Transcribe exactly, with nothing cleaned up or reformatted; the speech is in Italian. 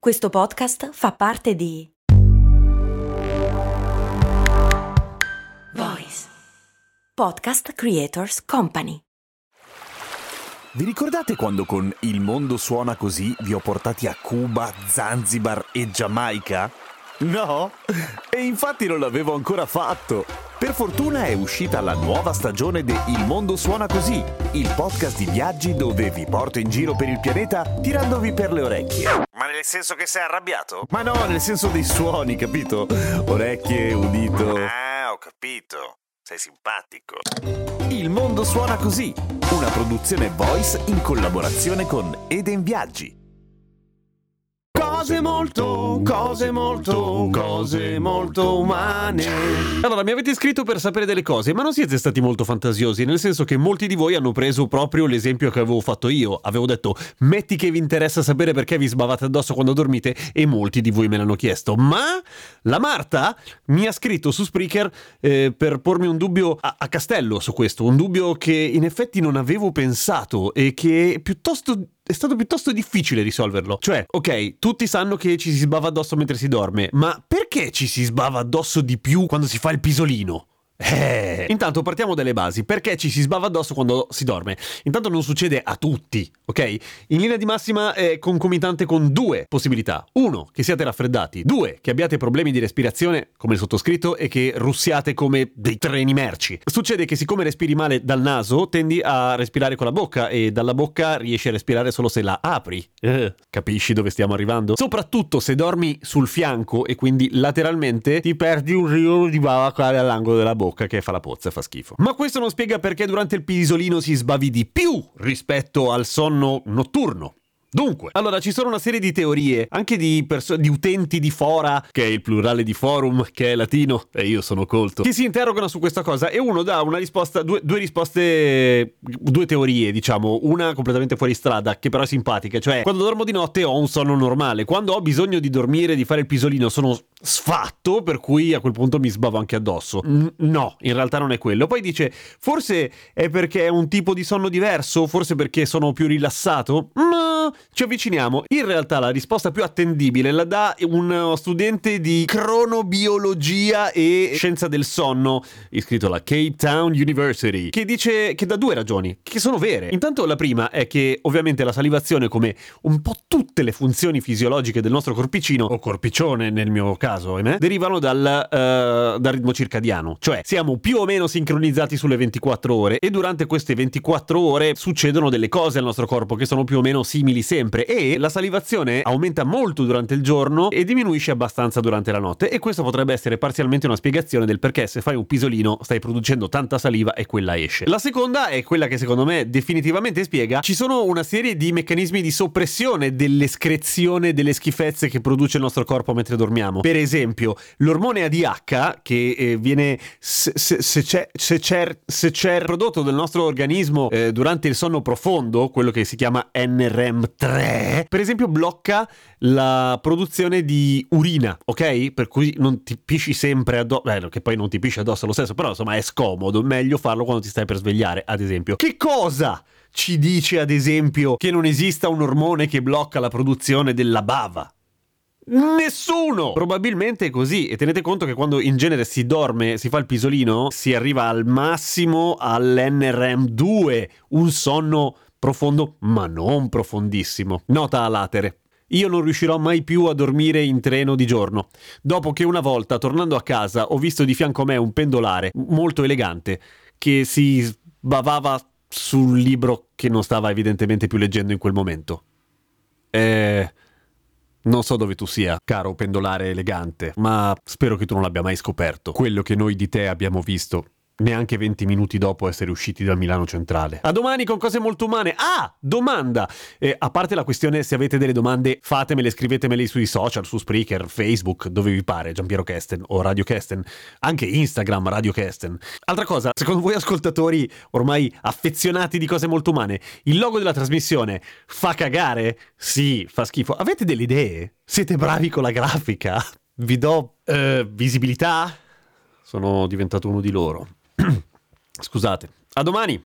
Questo podcast fa parte di Voice Podcast Creators Company. Vi ricordate quando con Il mondo suona così vi ho portati a Cuba, Zanzibar e Giamaica? No? E infatti non l'avevo ancora fatto. Per fortuna è uscita la nuova stagione di Il mondo suona così, il podcast di viaggi dove vi porto in giro per il pianeta tirandovi per le orecchie. Ma nel senso che sei arrabbiato? Ma no, nel senso dei suoni, capito? Orecchie, udito. Ah, ho capito. Sei simpatico. Il mondo suona così, una produzione Voice in collaborazione con Eden Viaggi. Cose molto, cose molto, cose molto umane. Allora, mi avete iscritto per sapere delle cose, ma non siete stati molto fantasiosi, nel senso che molti di voi hanno preso proprio l'esempio che avevo fatto io. Avevo detto, metti che vi interessa sapere perché vi sbavate addosso quando dormite, e molti di voi me l'hanno chiesto. Ma la Marta mi ha scritto su Spreaker eh, per pormi un dubbio a, a castello su questo, un dubbio che in effetti non avevo pensato e che piuttosto... è stato piuttosto difficile risolverlo. Cioè, ok, tutti sanno che ci si sbava addosso mentre si dorme, ma perché ci si sbava addosso di più quando si fa il pisolino? Eh. Intanto partiamo dalle basi. Perché ci si sbava addosso quando si dorme? Intanto non succede a tutti, ok? In linea di massima è concomitante con due possibilità. Uno, che siate raffreddati. Due, che abbiate problemi di respirazione, come il sottoscritto, e che russiate come dei treni merci. Succede che siccome respiri male dal naso, tendi a respirare con la bocca, e dalla bocca riesci a respirare solo se la apri. Eh, capisci dove stiamo arrivando? Soprattutto se dormi sul fianco e quindi lateralmente, ti perdi un rione di bava qua all'angolo della bocca che fa la pozza e fa schifo. Ma questo non spiega perché durante il pisolino si sbavi di più rispetto al sonno notturno. Dunque, allora ci sono una serie di teorie, anche di, perso- di utenti di fora, che è il plurale di forum, che è latino, e io sono colto, che si interrogano su questa cosa, e uno dà una risposta, due, due risposte, due teorie, diciamo, una completamente fuori strada, che però è simpatica, cioè, quando dormo di notte ho un sonno normale, quando ho bisogno di dormire, di fare il pisolino, sono sfatto, per cui a quel punto mi sbavo anche addosso. N- no, in realtà non è quello. Poi dice, forse è perché è un tipo di sonno diverso, forse perché sono più rilassato, ma... ci avviciniamo. In realtà la risposta più attendibile la dà uno studente di cronobiologia e scienza del sonno iscritto alla Cape Town University, che dice che dà due ragioni che sono vere. Intanto la prima è che ovviamente la salivazione, come un po' tutte le funzioni fisiologiche del nostro corpicino, o corpiccione nel mio caso, ahimè, derivano dal, uh, dal ritmo circadiano, cioè siamo più o meno sincronizzati sulle ventiquattro ore, e durante queste ventiquattro ore succedono delle cose al nostro corpo che sono più o meno simili sempre, e la salivazione aumenta molto durante il giorno e diminuisce abbastanza durante la notte, e questo potrebbe essere parzialmente una spiegazione del perché se fai un pisolino stai producendo tanta saliva e quella esce. La seconda è quella che secondo me definitivamente spiega: ci sono una serie di meccanismi di soppressione dell'escrezione delle schifezze che produce il nostro corpo mentre dormiamo. Per esempio l'ormone A D H, che eh, viene se, se, se, c'è, se, c'è, se c'è prodotto del nostro organismo eh, durante il sonno profondo, quello che si chiama N R M tre, per esempio blocca la produzione di urina, ok? Per cui non ti pisci sempre addosso, beh, che poi non ti pisci addosso lo stesso, però insomma è scomodo, meglio farlo quando ti stai per svegliare, ad esempio. Che cosa ci dice, ad esempio, che non esista un ormone che blocca la produzione della bava? Nessuno! Probabilmente è così, e tenete conto che quando in genere si dorme, si fa il pisolino, si arriva al massimo all'N R M due, un sonno profondo ma non profondissimo. Nota a latere: io non riuscirò mai più a dormire in treno di giorno, dopo che una volta, tornando a casa, ho visto di fianco a me un pendolare molto elegante che si sbavava sul libro che non stava evidentemente più leggendo in quel momento. Eh... Non so dove tu sia, caro pendolare elegante, ma spero che tu non l'abbia mai scoperto quello che noi di te abbiamo visto neanche venti minuti dopo essere usciti da Milano Centrale. A domani con cose molto umane. Ah, domanda! Eh, a parte la questione, se avete delle domande fatemele, scrivetemele sui social, su Spreaker, Facebook, dove vi pare, Giampiero Kesten o Radio Kesten, anche Instagram Radio Kesten. Altra cosa, secondo voi ascoltatori ormai affezionati di cose molto umane, il logo della trasmissione fa cagare? Sì, fa schifo. Avete delle idee? Siete bravi con la grafica? Vi do eh, visibilità? Sono diventato uno di loro. Scusate. A domani!